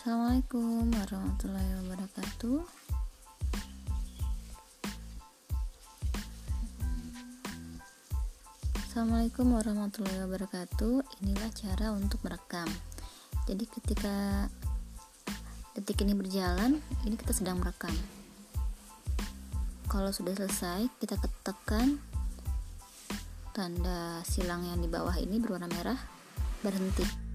Assalamualaikum warahmatullahi wabarakatuh. Assalamualaikum warahmatullahi wabarakatuh. Inilah cara untuk merekam. Jadi ketika detik ini berjalan, ini kita sedang merekam. Kalau sudah selesai, kita tekan tanda silang yang di bawah ini berwarna merah, berhenti.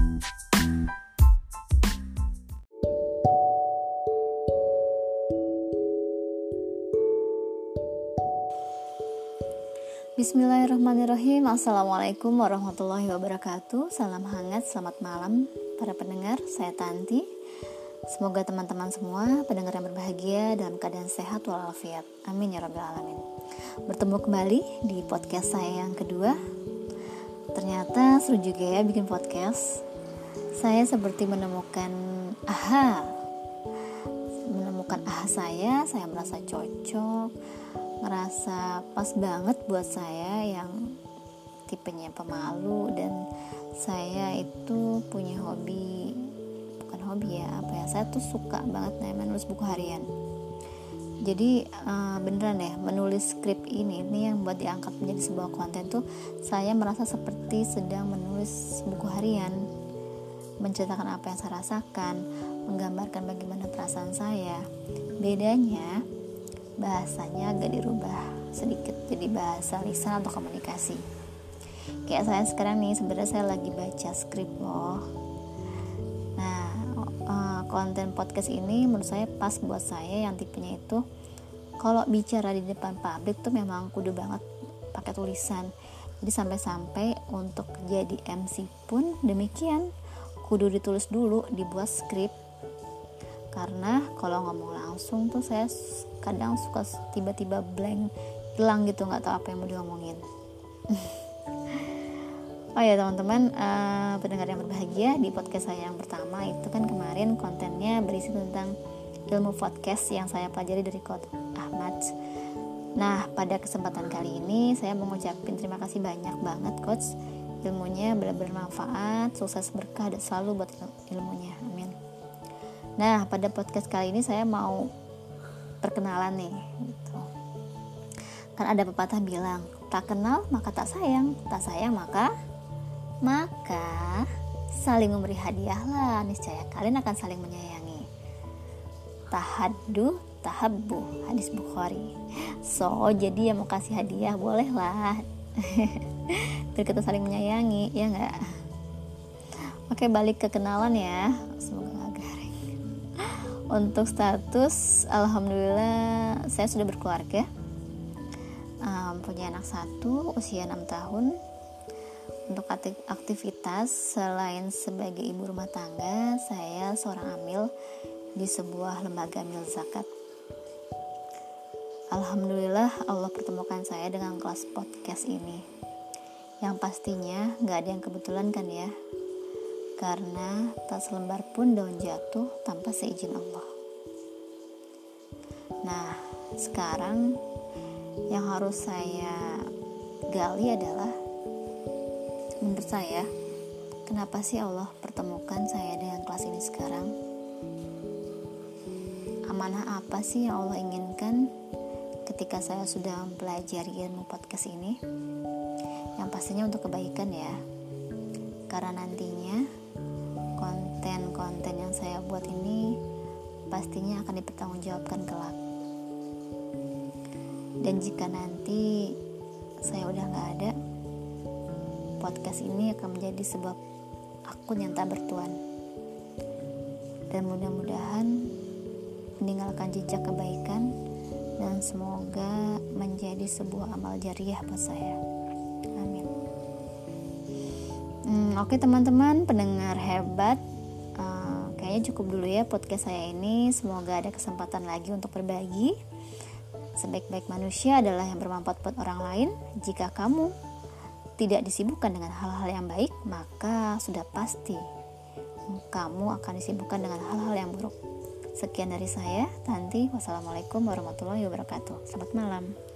Bismillahirrahmanirrahim. Assalamualaikum warahmatullahi wabarakatuh. Salam hangat, selamat malam para pendengar. Saya Tanti. Semoga teman-teman semua pendengar yang berbahagia dalam keadaan sehat walafiat. Amin ya rabbal alamin. Bertemu kembali di podcast saya yang kedua. Ternyata seru juga ya bikin podcast. Saya seperti menemukan aha saya merasa cocok, ngerasa pas banget buat saya yang tipenya pemalu, dan saya itu punya saya tuh suka banget menulis buku harian. Jadi beneran deh, menulis skrip ini yang buat diangkat menjadi sebuah konten tuh saya merasa seperti sedang menulis buku harian, menceritakan apa yang saya rasakan, menggambarkan bagaimana perasaan saya. Bedanya bahasanya agak dirubah sedikit jadi bahasa lisan atau komunikasi. Kayak saya sekarang nih, sebenarnya saya lagi baca skrip loh. Nah, konten podcast ini menurut saya pas buat saya yang tipenya itu kalau bicara di depan publik tuh memang kudu banget pakai tulisan. Jadi sampai-sampai untuk jadi MC pun demikian, kudu ditulis dulu, dibuat skrip. Karena kalau ngomong langsung tuh saya kadang suka tiba-tiba blank, hilang gitu, nggak tahu apa yang mau diomongin. Oh ya teman-teman, pendengar yang berbahagia, di podcast saya yang pertama itu kan kemarin kontennya berisi tentang ilmu podcast yang saya pelajari dari Coach Ahmad. Nah, pada kesempatan kali ini saya mau ngucapin terima kasih banyak banget Coach. Ilmunya benar-benar bermanfaat, sukses berkah dan selalu buat ilmunya. Amin. Nah, pada podcast kali ini saya mau perkenalan nih gitu. Kan ada pepatah bilang, tak kenal maka tak sayang maka saling memberi hadiah lah, niscaya kalian akan saling menyayangi. Tahaddu tahabbu, hadis Bukhari. So, jadi yang mau kasih hadiah boleh lah. Biar kita saling menyayangi, ya enggak? Oke, balik ke kenalan ya. Semoga gak garing. Untuk status, alhamdulillah saya sudah berkeluarga, punya anak 1, usia 6 tahun. Untuk aktivitas selain sebagai ibu rumah tangga, saya seorang amil di sebuah lembaga amil zakat. Alhamdulillah Allah pertemukan saya dengan kelas podcast ini, yang pastinya gak ada yang kebetulan kan ya, karena tak selembar pun daun jatuh tanpa seizin Allah. Nah, sekarang yang harus saya gali adalah, menurut saya, kenapa sih Allah pertemukan saya dengan kelas ini sekarang? Amanah apa sih yang Allah inginkan ketika saya sudah mempelajari ilmu podcast ini? Yang pastinya untuk kebaikan ya, karena nantinya konten-konten yang saya buat ini pastinya akan dipertanggungjawabkan kelak. Dan jika nanti saya udah gak ada, podcast ini akan menjadi sebuah akun yang tak bertuan, dan mudah-mudahan meninggalkan jejak kebaikan, dan semoga menjadi sebuah amal jariah buat saya. Amin. Oke teman-teman pendengar hebat, kayaknya cukup dulu ya podcast saya ini. Semoga ada kesempatan lagi untuk berbagi. Sebaik-baik manusia adalah yang bermanfaat buat orang lain. Jika kamu tidak disibukkan dengan hal-hal yang baik, maka sudah pasti kamu akan disibukkan dengan hal-hal yang buruk. Sekian dari saya, Tanti. Wassalamualaikum warahmatullahi wabarakatuh. Selamat malam.